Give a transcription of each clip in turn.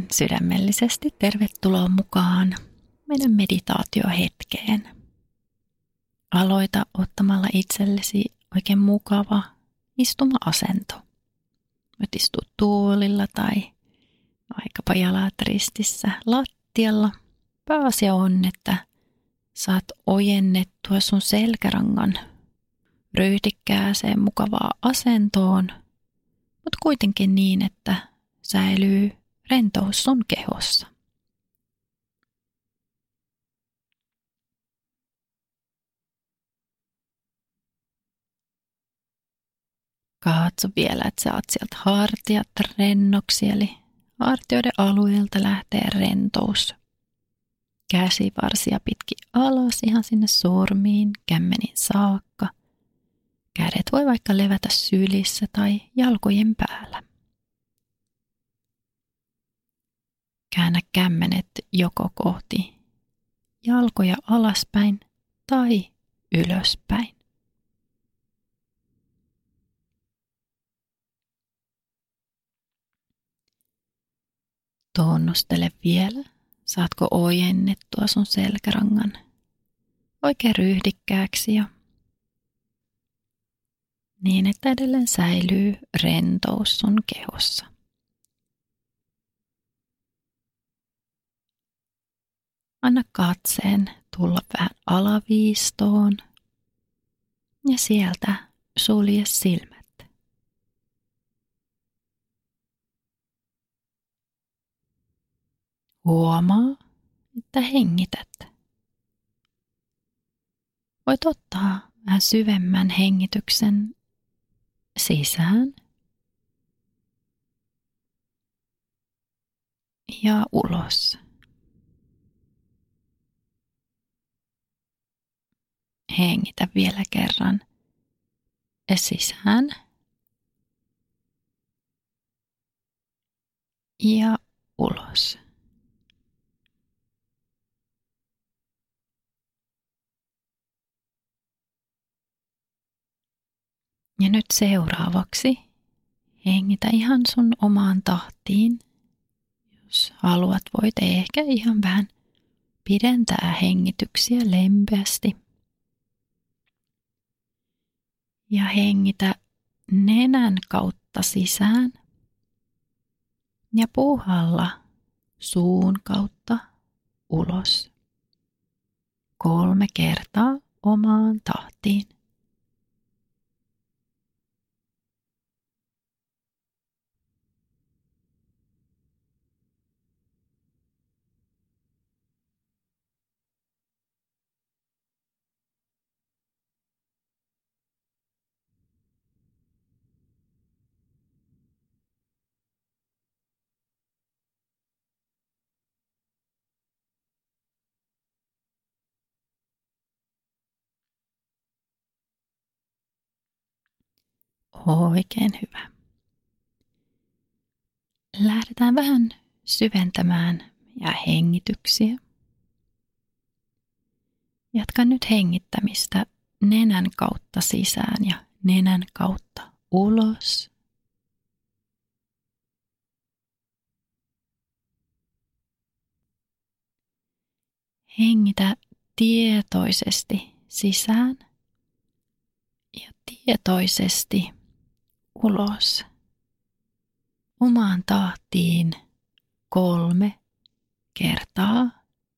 Sydämellisesti tervetuloa mukaan meidän meditaatiohetkeen. Aloita ottamalla itsellesi oikein mukava istuma-asento. Voit istua tuolilla tai vaikkapa jalat ristissä lattialla. Pääasia on, että saat ojennettua sun selkärangan ryhdikkääseen mukavaan asentoon, mutta kuitenkin niin, että säilyy rentous sun kehossa. Katso vielä, että saat sieltä hartiat rennoksi, eli hartioiden alueelta lähtee rentous. Käsivarsia pitkin alas ihan sinne sormiin, kämmenin saakka. Kädet voi vaikka levätä sylissä tai jalkojen päällä. Käännä kämmenet joko kohti jalkoja alaspäin tai ylöspäin. Tunnustele vielä, saatko ojennettua sun selkärangan oikein ryhdikkääksi jo, niin että edelleen säilyy rentous sun kehossa. Anna katseen tulla vähän alaviistoon ja sieltä sulje silmät. Huomaa, että hengität. Voit ottaa vähän syvemmän hengityksen sisään ja ulos. Hengitä vielä kerran sisään ja ulos. Ja nyt seuraavaksi hengitä ihan sun omaan tahtiin. Jos haluat, voit ehkä ihan vähän pidentää hengityksiä lempeästi. Ja hengitä nenän kautta sisään ja puhalla suun kautta ulos. 3 kertaa omaan tahtiin. Oikein hyvä. Lähdetään vähän syventämään ja hengityksiä. Jatka nyt hengittämistä nenän kautta sisään ja nenän kautta ulos. Hengitä tietoisesti sisään ja tietoisesti ulos. Omaan tahtiin 3 kertaa.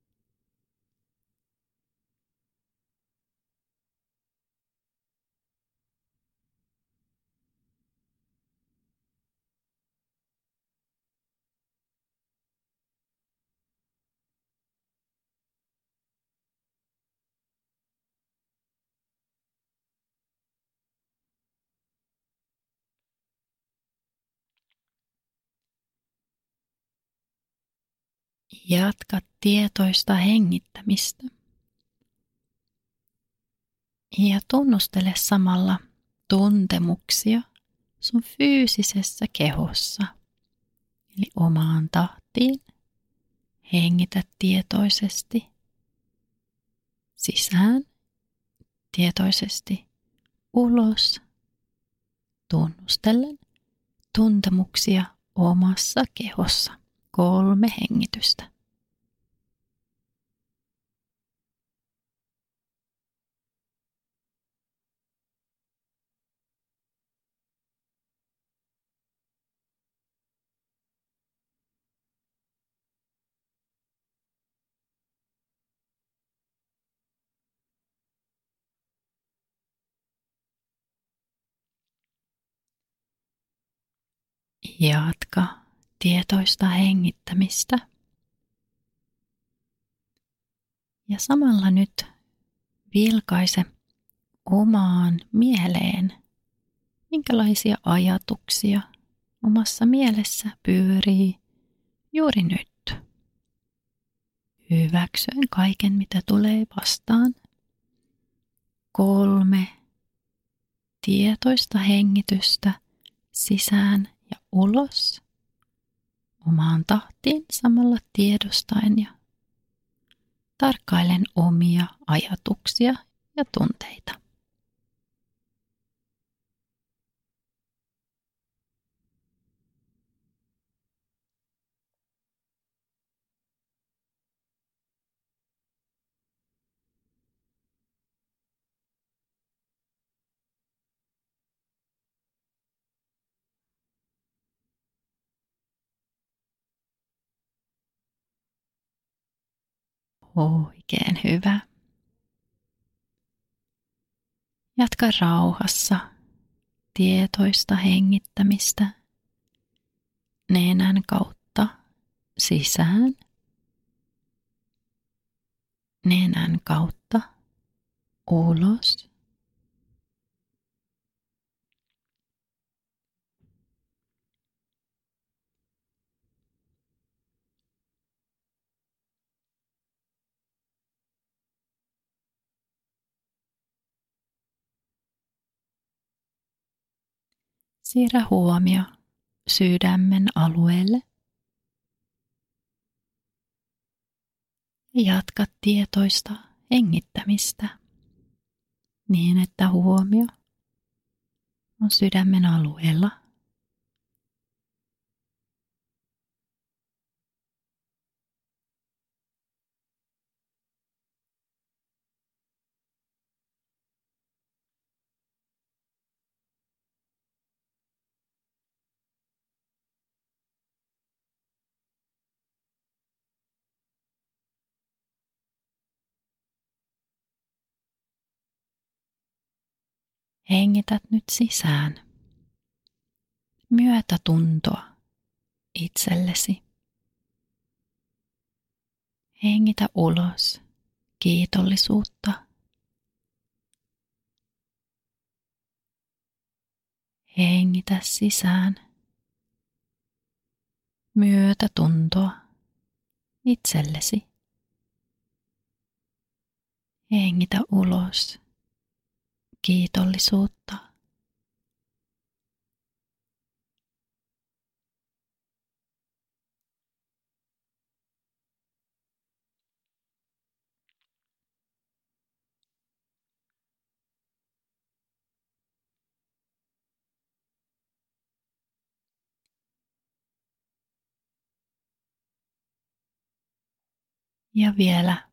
Jatka tietoista hengittämistä ja tunnustele samalla tuntemuksia sun fyysisessä kehossa. Eli omaan tahtiin hengitä tietoisesti sisään, tietoisesti ulos, tunnustellen tuntemuksia omassa kehossa. 3 hengitystä. Jatka tietoista hengittämistä. Ja samalla nyt vilkaise omaan mieleen, minkälaisia ajatuksia omassa mielessä pyörii juuri nyt. Hyväksyen kaiken, mitä tulee vastaan. 3 tietoista hengitystä sisään ja ulos omaan tahtiin samalla tiedostaen ja tarkkailen omia ajatuksia ja tunteita. Oikein hyvä. Jatka rauhassa tietoista hengittämistä nenän kautta sisään, nenän kautta ulos. Siirrä huomio sydämen alueelle ja jatka tietoista hengittämistä niin, että huomio on sydämen alueella. Hengität nyt sisään myötätuntoa itsellesi. Hengitä ulos kiitollisuutta. Hengitä sisään myötätuntoa itsellesi. Hengitä ulos kiitollisuutta. Ja vielä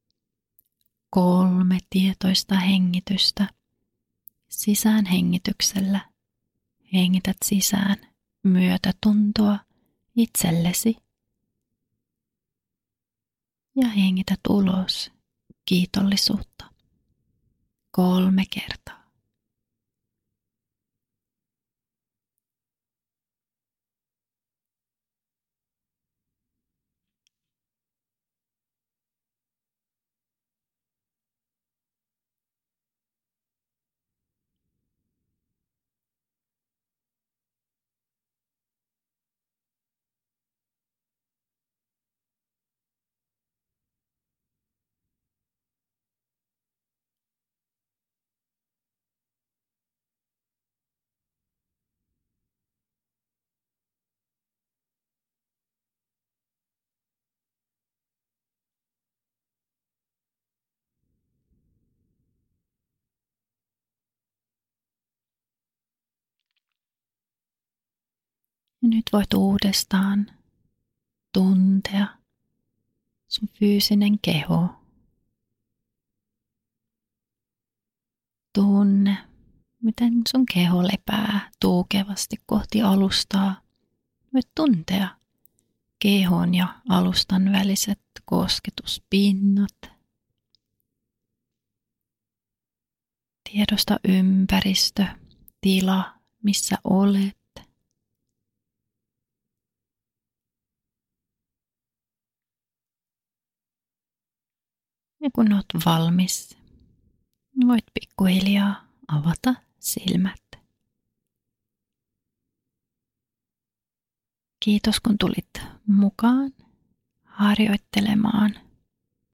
3 tietoista hengitystä. Sisään hengityksellä hengität sisään myötätuntoa itsellesi ja hengität ulos kiitollisuutta 3 kertaa. Ja nyt voit uudestaan tuntea sun fyysinen keho. Tunne, miten sun keho lepää tuukevasti kohti alustaa. Voit tuntea kehon ja alustan väliset kosketuspinnat. Tiedosta ympäristö, tila, missä olet. Ja kun olet valmis, voit pikkuhiljaa avata silmät. Kiitos kun tulit mukaan harjoittelemaan